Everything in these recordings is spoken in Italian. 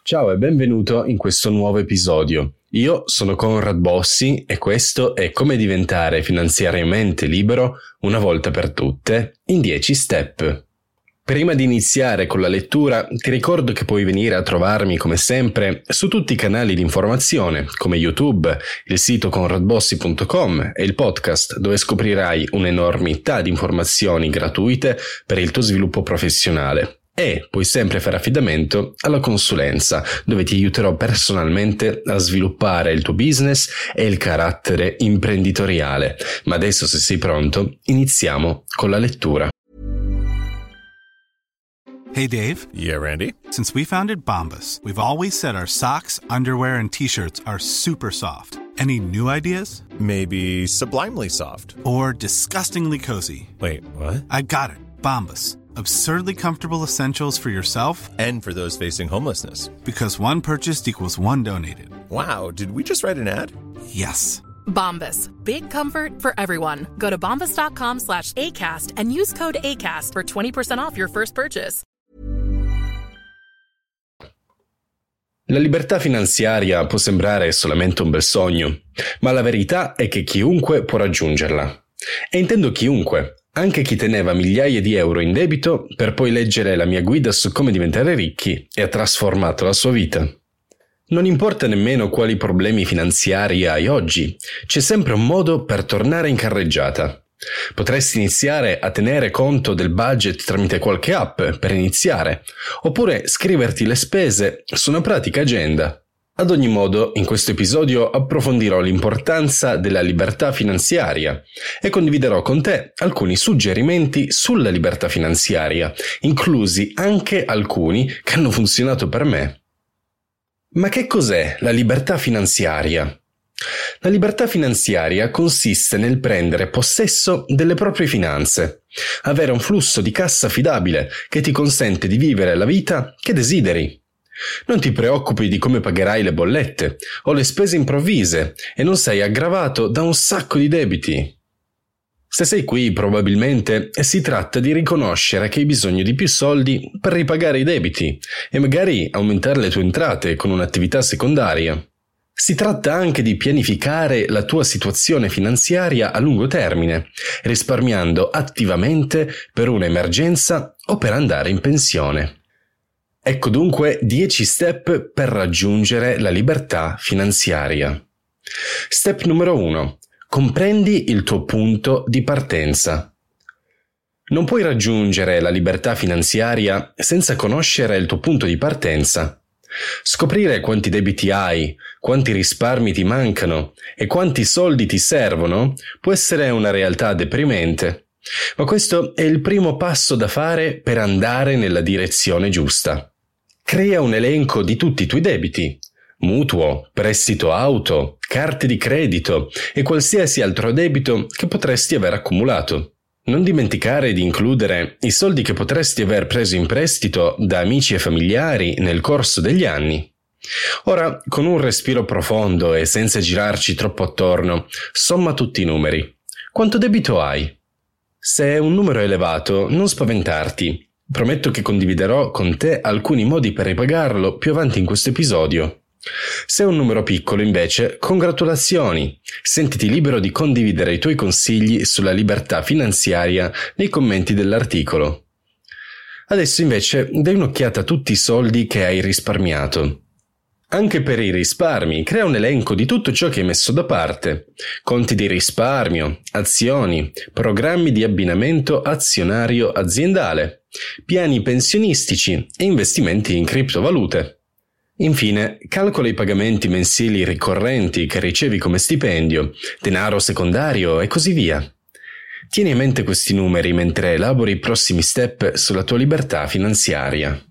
Ciao e benvenuto in questo nuovo episodio. Io sono Conrad Bossi e questo è come diventare finanziariamente libero una volta per tutte in 10 step. Prima di iniziare con la lettura, ti ricordo che puoi venire a trovarmi come sempre su tutti i canali di informazione come YouTube, il sito conradbossi.com e il podcast dove scoprirai un'enormità di informazioni gratuite per il tuo sviluppo professionale. E puoi sempre fare affidamento alla consulenza, dove ti aiuterò personalmente a sviluppare il tuo business e il carattere imprenditoriale. Ma adesso, se sei pronto, iniziamo con la lettura. Hey Dave. Yeah, Randy. Since we founded Bombas, we've always said our socks, underwear, and t-shirts are super soft. Any new ideas? Maybe sublimely soft. Or disgustingly cozy. Wait, what? I got it. Bombas. Absurdly comfortable essentials for yourself And for those facing homelessness. because one purchased equals one donated. Wow, did we just write an ad? Yes. Bombas. Big comfort for everyone. Go to bombas.com/ACAST and use code ACAST for 20% off your first purchase. La libertà finanziaria può sembrare solamente un bel sogno, ma la verità è che chiunque può raggiungerla. E intendo chiunque. Anche chi teneva migliaia di euro in debito per poi leggere la mia guida su come diventare ricchi e ha trasformato la sua vita. Non importa nemmeno quali problemi finanziari hai oggi, c'è sempre un modo per tornare in carreggiata. Potresti iniziare a tenere conto del budget tramite qualche app per iniziare, oppure scriverti le spese su una pratica agenda. Ad ogni modo, in questo episodio approfondirò l'importanza della libertà finanziaria e condividerò con te alcuni suggerimenti sulla libertà finanziaria, inclusi anche alcuni che hanno funzionato per me. Ma che cos'è la libertà finanziaria? La libertà finanziaria consiste nel prendere possesso delle proprie finanze, avere un flusso di cassa affidabile che ti consente di vivere la vita che desideri. Non ti preoccupi di come pagherai le bollette o le spese improvvise e non sei aggravato da un sacco di debiti. Se sei qui, probabilmente si tratta di riconoscere che hai bisogno di più soldi per ripagare i debiti e magari aumentare le tue entrate con un'attività secondaria. Si tratta anche di pianificare la tua situazione finanziaria a lungo termine, risparmiando attivamente per un'emergenza o per andare in pensione. Ecco dunque 10 step per raggiungere la libertà finanziaria. Step numero 1. Comprendi il tuo punto di partenza. Non puoi raggiungere la libertà finanziaria senza conoscere il tuo punto di partenza. Scoprire quanti debiti hai, quanti risparmi ti mancano e quanti soldi ti servono può essere una realtà deprimente, ma questo è il primo passo da fare per andare nella direzione giusta. Crea un elenco di tutti i tuoi debiti, mutuo, prestito auto, carte di credito e qualsiasi altro debito che potresti aver accumulato. Non dimenticare di includere i soldi che potresti aver preso in prestito da amici e familiari nel corso degli anni. Ora, con un respiro profondo e senza girarci troppo attorno, somma tutti i numeri. Quanto debito hai? Se è un numero elevato, non spaventarti. Prometto che condividerò con te alcuni modi per ripagarlo più avanti in questo episodio. Se è un numero piccolo, invece, congratulazioni! Sentiti libero di condividere i tuoi consigli sulla libertà finanziaria nei commenti dell'articolo. Adesso invece dai un'occhiata a tutti i soldi che hai risparmiato. Anche per i risparmi, crea un elenco di tutto ciò che hai messo da parte. Conti di risparmio, azioni, programmi di abbinamento azionario aziendale, piani pensionistici e investimenti in criptovalute. Infine, calcola i pagamenti mensili ricorrenti che ricevi come stipendio, denaro secondario e così via. Tieni a mente questi numeri mentre elabori i prossimi step sulla tua libertà finanziaria.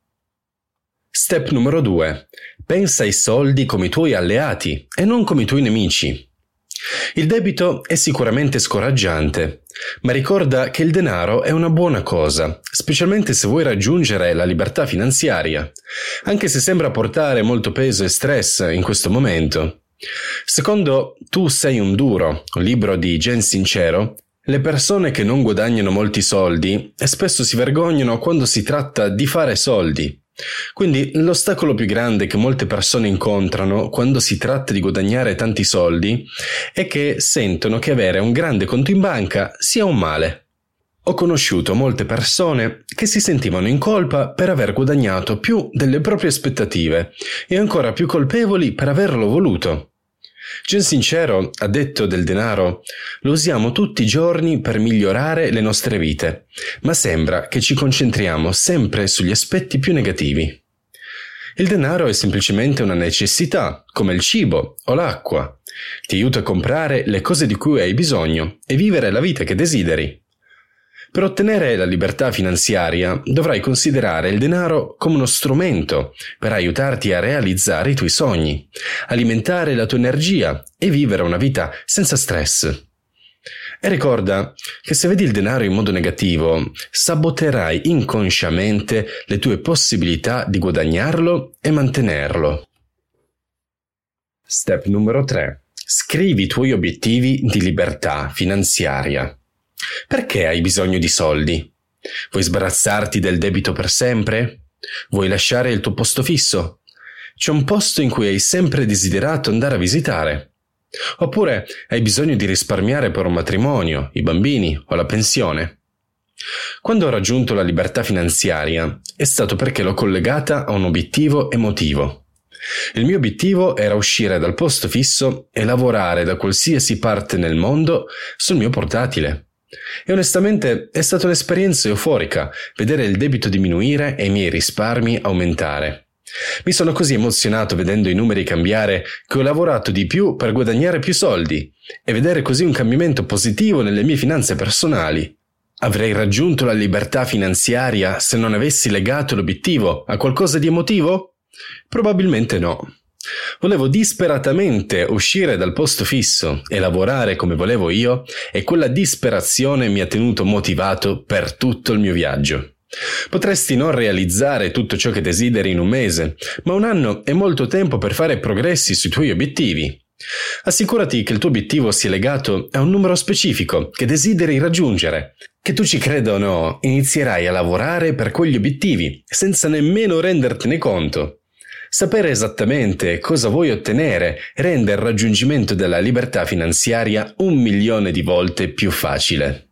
Step numero 2. Pensa ai soldi come i tuoi alleati e non come i tuoi nemici. Il debito è sicuramente scoraggiante, ma ricorda che il denaro è una buona cosa, specialmente se vuoi raggiungere la libertà finanziaria, anche se sembra portare molto peso e stress in questo momento. Secondo Tu sei un duro, un libro di Jen Sincero, le persone che non guadagnano molti soldi spesso si vergognano quando si tratta di fare soldi. Quindi l'ostacolo più grande che molte persone incontrano quando si tratta di guadagnare tanti soldi è che sentono che avere un grande conto in banca sia un male. Ho conosciuto molte persone che si sentivano in colpa per aver guadagnato più delle proprie aspettative e ancora più colpevoli per averlo voluto. Gian Sincero ha detto del denaro: lo usiamo tutti i giorni per migliorare le nostre vite, ma sembra che ci concentriamo sempre sugli aspetti più negativi. Il denaro è semplicemente una necessità, come il cibo o l'acqua. Ti aiuta a comprare le cose di cui hai bisogno e vivere la vita che desideri. Per ottenere la libertà finanziaria dovrai considerare il denaro come uno strumento per aiutarti a realizzare i tuoi sogni, alimentare la tua energia e vivere una vita senza stress. E ricorda che se vedi il denaro in modo negativo, saboterai inconsciamente le tue possibilità di guadagnarlo e mantenerlo. Step numero 3. Scrivi i tuoi obiettivi di libertà finanziaria. Perché hai bisogno di soldi? Vuoi sbarazzarti del debito per sempre? Vuoi lasciare il tuo posto fisso? C'è un posto in cui hai sempre desiderato andare a visitare? Oppure hai bisogno di risparmiare per un matrimonio, i bambini o la pensione? Quando ho raggiunto la libertà finanziaria è stato perché l'ho collegata a un obiettivo emotivo. Il mio obiettivo era uscire dal posto fisso e lavorare da qualsiasi parte nel mondo sul mio portatile. E onestamente è stata un'esperienza euforica vedere il debito diminuire e i miei risparmi aumentare. Mi sono così emozionato vedendo i numeri cambiare che ho lavorato di più per guadagnare più soldi e vedere così un cambiamento positivo nelle mie finanze personali. Avrei raggiunto la libertà finanziaria se non avessi legato l'obiettivo a qualcosa di emotivo? Probabilmente no. Volevo disperatamente uscire dal posto fisso e lavorare come volevo io, e quella disperazione mi ha tenuto motivato per tutto il mio viaggio. Potresti non realizzare tutto ciò che desideri in un mese, ma un anno è molto tempo per fare progressi sui tuoi obiettivi. Assicurati che il tuo obiettivo sia legato a un numero specifico che desideri raggiungere. Che tu ci creda o no, inizierai a lavorare per quegli obiettivi senza nemmeno rendertene conto. Sapere esattamente cosa vuoi ottenere rende il raggiungimento della libertà finanziaria 1.000.000 di volte più facile.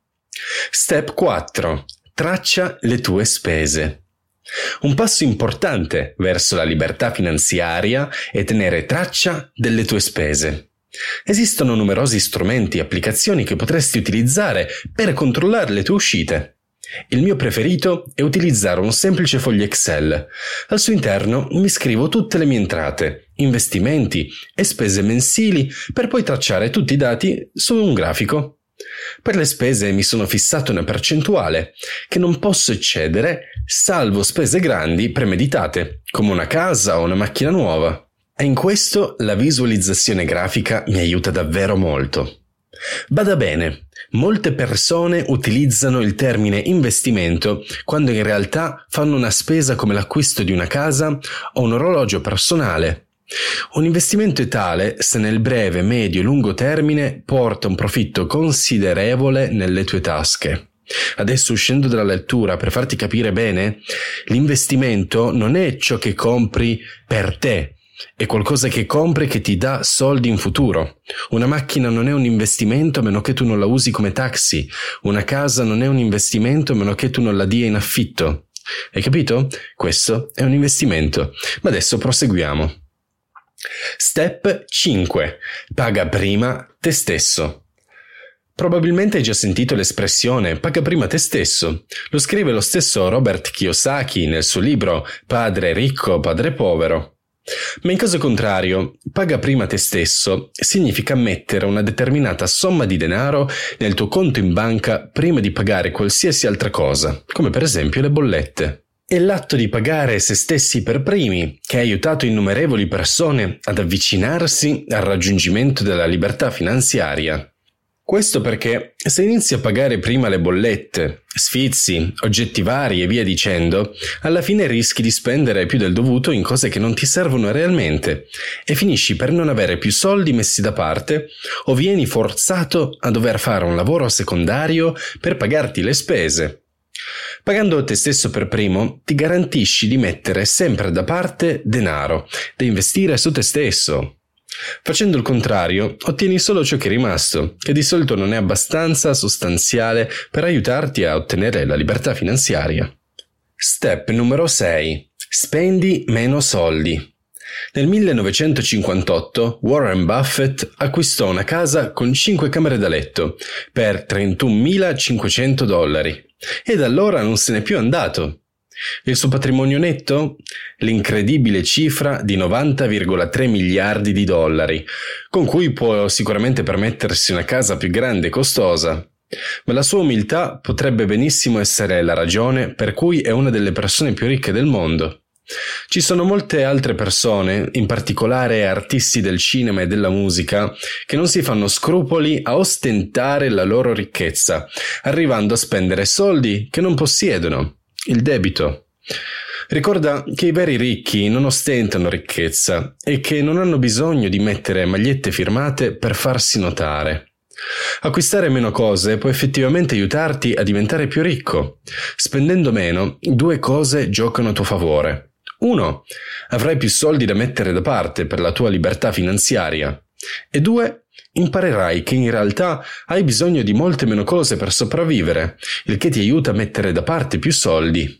Step 4. Traccia le tue spese. Un passo importante verso la libertà finanziaria è tenere traccia delle tue spese. Esistono numerosi strumenti e applicazioni che potresti utilizzare per controllare le tue uscite. Il mio preferito è utilizzare un semplice foglio Excel. Al suo interno mi scrivo tutte le mie entrate, investimenti e spese mensili per poi tracciare tutti i dati su un grafico. Per le spese mi sono fissato una percentuale che non posso eccedere, salvo spese grandi premeditate, come una casa o una macchina nuova. E in questo la visualizzazione grafica mi aiuta davvero molto. Bada bene, molte persone utilizzano il termine investimento quando in realtà fanno una spesa come l'acquisto di una casa o un orologio personale. Un investimento è tale se nel breve, medio e lungo termine porta un profitto considerevole nelle tue tasche. Adesso, uscendo dalla lettura, per farti capire bene, l'investimento non è ciò che compri per te. È qualcosa che compri che ti dà soldi in futuro. Una macchina non è un investimento a meno che tu non la usi come taxi. Una casa non è un investimento a meno che tu non la dia in affitto. Hai capito? Questo è un investimento. Ma adesso proseguiamo. Step 5. Paga prima te stesso. Probabilmente hai già sentito l'espressione paga prima te stesso. Lo scrive lo stesso Robert Kiyosaki nel suo libro Padre ricco, padre povero. Ma in caso contrario, paga prima te stesso significa mettere una determinata somma di denaro nel tuo conto in banca prima di pagare qualsiasi altra cosa, come per esempio le bollette. È l'atto di pagare se stessi per primi che ha aiutato innumerevoli persone ad avvicinarsi al raggiungimento della libertà finanziaria. Questo perché se inizi a pagare prima le bollette, sfizi, oggetti vari e via dicendo, alla fine rischi di spendere più del dovuto in cose che non ti servono realmente e finisci per non avere più soldi messi da parte o vieni forzato a dover fare un lavoro secondario per pagarti le spese. Pagando te stesso per primo, ti garantisci di mettere sempre da parte denaro da investire su te stesso. Facendo il contrario, ottieni solo ciò che è rimasto, che di solito non è abbastanza sostanziale per aiutarti a ottenere la libertà finanziaria. Step numero 6. Spendi meno soldi. Nel 1958 Warren Buffett acquistò una casa con 5 camere da letto per $31.500 e da allora non se n'è più andato. Il suo patrimonio netto? L'incredibile cifra di $90,3 miliardi, con cui può sicuramente permettersi una casa più grande e costosa. Ma la sua umiltà potrebbe benissimo essere la ragione per cui è una delle persone più ricche del mondo. Ci sono molte altre persone, in particolare artisti del cinema e della musica, che non si fanno scrupoli a ostentare la loro ricchezza, arrivando a spendere soldi che non possiedono, il debito. Ricorda che i veri ricchi non ostentano ricchezza e che non hanno bisogno di mettere magliette firmate per farsi notare. Acquistare meno cose può effettivamente aiutarti a diventare più ricco. Spendendo meno, 2 cose giocano a tuo favore. 1. Avrai più soldi da mettere da parte per la tua libertà finanziaria. E 2. Imparerai che in realtà hai bisogno di molte meno cose per sopravvivere, il che ti aiuta a mettere da parte più soldi.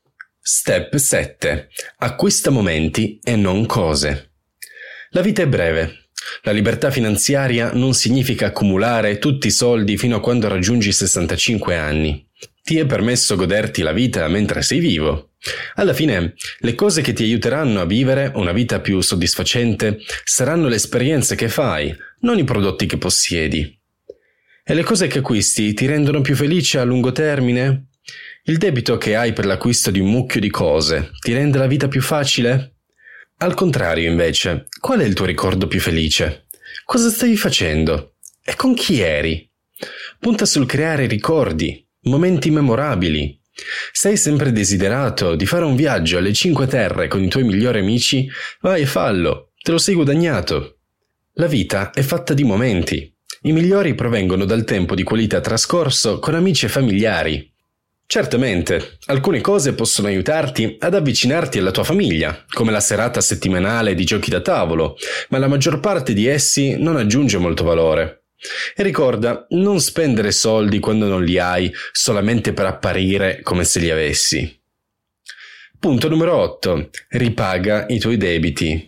Step 7. Acquista momenti e non cose. La vita è breve. La libertà finanziaria non significa accumulare tutti i soldi fino a quando raggiungi 65 anni. Ti è permesso goderti la vita mentre sei vivo. Alla fine, le cose che ti aiuteranno a vivere una vita più soddisfacente saranno le esperienze che fai, non i prodotti che possiedi. E le cose che acquisti ti rendono più felice a lungo termine? Il debito che hai per l'acquisto di un mucchio di cose ti rende la vita più facile? Al contrario, invece, qual è il tuo ricordo più felice? Cosa stavi facendo? E con chi eri? Punta sul creare ricordi, momenti memorabili. Se hai sempre desiderato di fare un viaggio alle 5 Terre con i tuoi migliori amici, vai e fallo, te lo sei guadagnato. La vita è fatta di momenti. I migliori provengono dal tempo di qualità trascorso con amici e familiari. Certamente, alcune cose possono aiutarti ad avvicinarti alla tua famiglia, come la serata settimanale di giochi da tavolo, ma la maggior parte di essi non aggiunge molto valore. E ricorda, non spendere soldi quando non li hai solamente per apparire come se li avessi. Punto numero 8. Ripaga i tuoi debiti.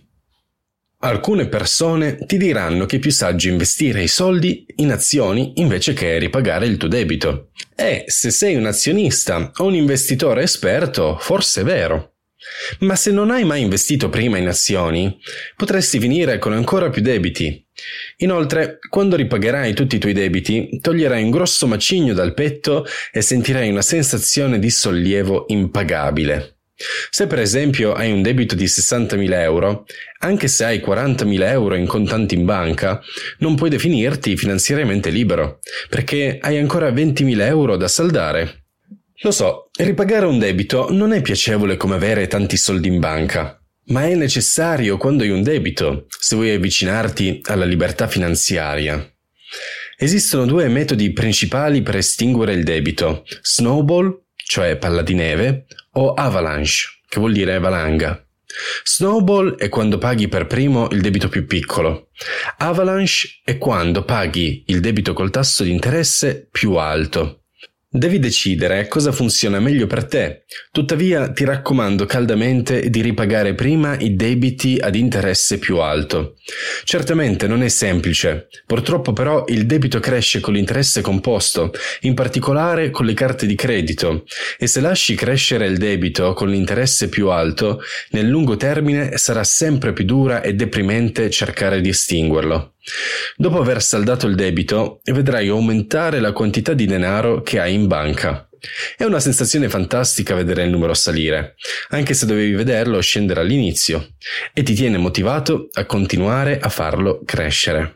Alcune persone ti diranno che è più saggio investire i soldi in azioni invece che ripagare il tuo debito. E se sei un azionista o un investitore esperto, forse è vero. Ma se non hai mai investito prima in azioni, potresti finire con ancora più debiti. Inoltre, quando ripagherai tutti i tuoi debiti, toglierai un grosso macigno dal petto e sentirai una sensazione di sollievo impagabile. Se per esempio hai un debito di 60.000 euro, anche se hai 40.000 euro in contanti in banca, non puoi definirti finanziariamente libero, perché hai ancora 20.000 euro da saldare. Lo so, ripagare un debito non è piacevole come avere tanti soldi in banca, ma è necessario quando hai un debito, se vuoi avvicinarti alla libertà finanziaria. Esistono 2 metodi principali per estinguere il debito: snowball, cioè palla di neve, o avalanche, che vuol dire valanga. Snowball è quando paghi per primo il debito più piccolo. Avalanche è quando paghi il debito col tasso di interesse più alto. Devi decidere cosa funziona meglio per te, tuttavia ti raccomando caldamente di ripagare prima i debiti ad interesse più alto. Certamente non è semplice, purtroppo però il debito cresce con l'interesse composto, in particolare con le carte di credito, e se lasci crescere il debito con l'interesse più alto, nel lungo termine sarà sempre più dura e deprimente cercare di estinguerlo. Dopo aver saldato il debito, vedrai aumentare la quantità di denaro che hai in banca. È una sensazione fantastica vedere il numero salire, anche se dovevi vederlo scendere all'inizio, e ti tiene motivato a continuare a farlo crescere.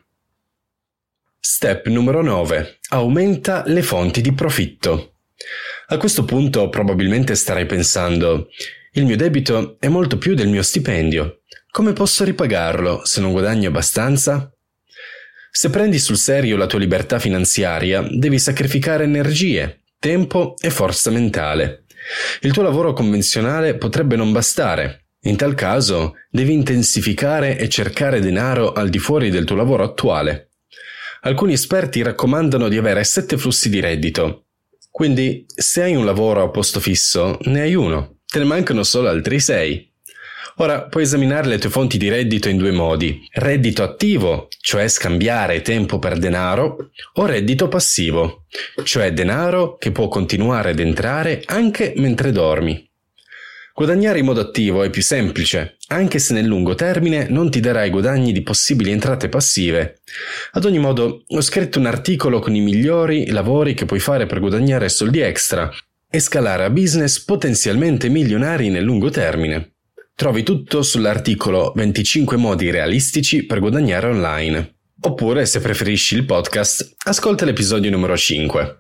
Step numero 9. Aumenta le fonti di profitto. A questo punto probabilmente starai pensando: il mio debito è molto più del mio stipendio. Come posso ripagarlo se non guadagno abbastanza? Se prendi sul serio la tua libertà finanziaria, devi sacrificare energie, tempo e forza mentale. Il tuo lavoro convenzionale potrebbe non bastare. In tal caso, devi intensificare e cercare denaro al di fuori del tuo lavoro attuale. Alcuni esperti raccomandano di avere 7 flussi di reddito. Quindi, se hai un lavoro a posto fisso, ne hai uno. Te ne mancano solo altri 6. Ora puoi esaminare le tue fonti di reddito in 2 modi: reddito attivo, cioè scambiare tempo per denaro, o reddito passivo, cioè denaro che può continuare ad entrare anche mentre dormi. Guadagnare in modo attivo è più semplice, anche se nel lungo termine non ti darà i guadagni di possibili entrate passive. Ad ogni modo, ho scritto un articolo con i migliori lavori che puoi fare per guadagnare soldi extra e scalare a business potenzialmente milionari nel lungo termine. Trovi tutto sull'articolo 25 modi realistici per guadagnare online. Oppure, se preferisci il podcast, ascolta l'episodio numero 5.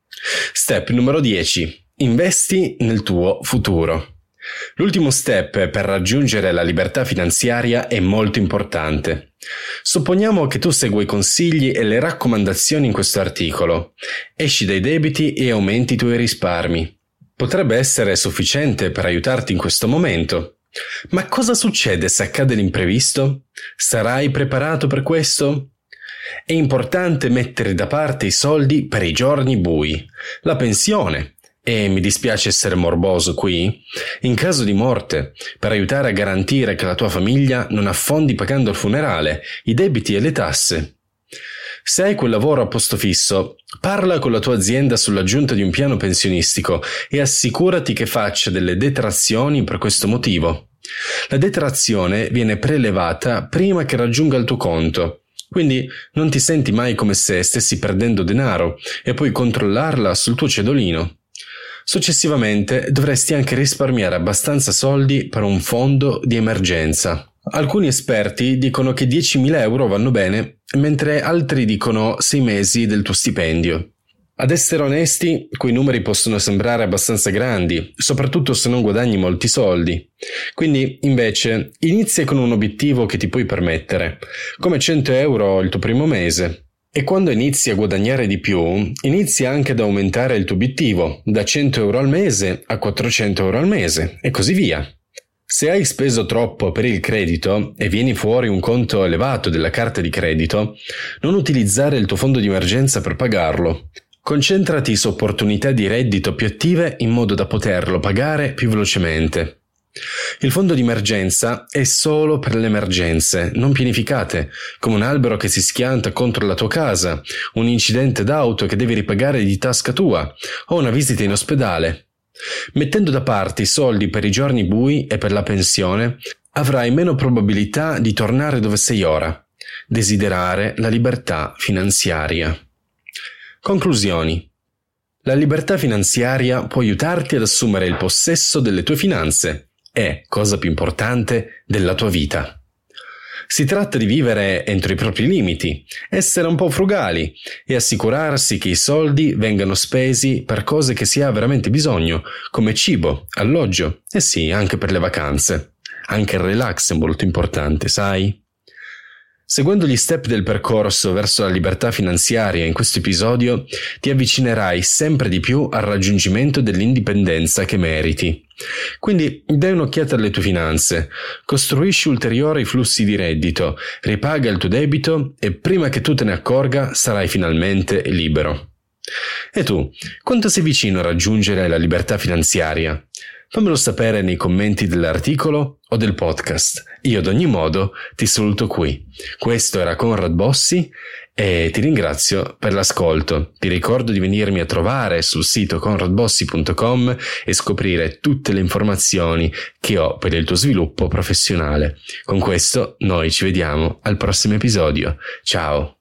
Step numero 10. Investi nel tuo futuro. L'ultimo step per raggiungere la libertà finanziaria è molto importante. Supponiamo che tu segua i consigli e le raccomandazioni in questo articolo. Esci dai debiti e aumenti i tuoi risparmi. Potrebbe essere sufficiente per aiutarti in questo momento. Ma cosa succede se accade l'imprevisto? Sarai preparato per questo? È importante mettere da parte i soldi per i giorni bui, la pensione, e mi dispiace essere morboso qui, in caso di morte, per aiutare a garantire che la tua famiglia non affondi pagando il funerale, i debiti e le tasse. Se hai quel lavoro a posto fisso, parla con la tua azienda sull'aggiunta di un piano pensionistico e assicurati che faccia delle detrazioni per questo motivo. La detrazione viene prelevata prima che raggiunga il tuo conto, quindi non ti senti mai come se stessi perdendo denaro e puoi controllarla sul tuo cedolino. Successivamente dovresti anche risparmiare abbastanza soldi per un fondo di emergenza. Alcuni esperti dicono che 10.000 euro vanno bene, mentre altri dicono 6 mesi del tuo stipendio. Ad essere onesti, quei numeri possono sembrare abbastanza grandi, soprattutto se non guadagni molti soldi. Quindi, invece, inizia con un obiettivo che ti puoi permettere, come 100 euro il tuo primo mese. E quando inizi a guadagnare di più, inizia anche ad aumentare il tuo obiettivo, da 100 euro al mese a 400 euro al mese, e così via. Se hai speso troppo per il credito e vieni fuori un conto elevato della carta di credito, non utilizzare il tuo fondo di emergenza per pagarlo. Concentrati su opportunità di reddito più attive in modo da poterlo pagare più velocemente. Il fondo di emergenza è solo per le emergenze non pianificate, come un albero che si schianta contro la tua casa, un incidente d'auto che devi ripagare di tasca tua o una visita in ospedale. Mettendo da parte i soldi per i giorni bui e per la pensione, avrai meno probabilità di tornare dove sei ora. Desiderare la libertà finanziaria. Conclusioni. La libertà finanziaria può aiutarti ad assumere il possesso delle tue finanze e, cosa più importante, della tua vita. Si tratta di vivere entro i propri limiti, essere un po' frugali e assicurarsi che i soldi vengano spesi per cose che si ha veramente bisogno, come cibo, alloggio e sì, anche per le vacanze. Anche il relax è molto importante, sai? Seguendo gli step del percorso verso la libertà finanziaria in questo episodio, ti avvicinerai sempre di più al raggiungimento dell'indipendenza che meriti. Quindi dai un'occhiata alle tue finanze, costruisci ulteriori flussi di reddito, ripaga il tuo debito e prima che tu te ne accorga sarai finalmente libero. E tu, quanto sei vicino a raggiungere la libertà finanziaria? Fammelo sapere nei commenti dell'articolo o del podcast. Io ad ogni modo ti saluto qui. Questo era Conrad Bossi e ti ringrazio per l'ascolto. Ti ricordo di venirmi a trovare sul sito conradbossi.com e scoprire tutte le informazioni che ho per il tuo sviluppo professionale. Con questo noi ci vediamo al prossimo episodio. Ciao!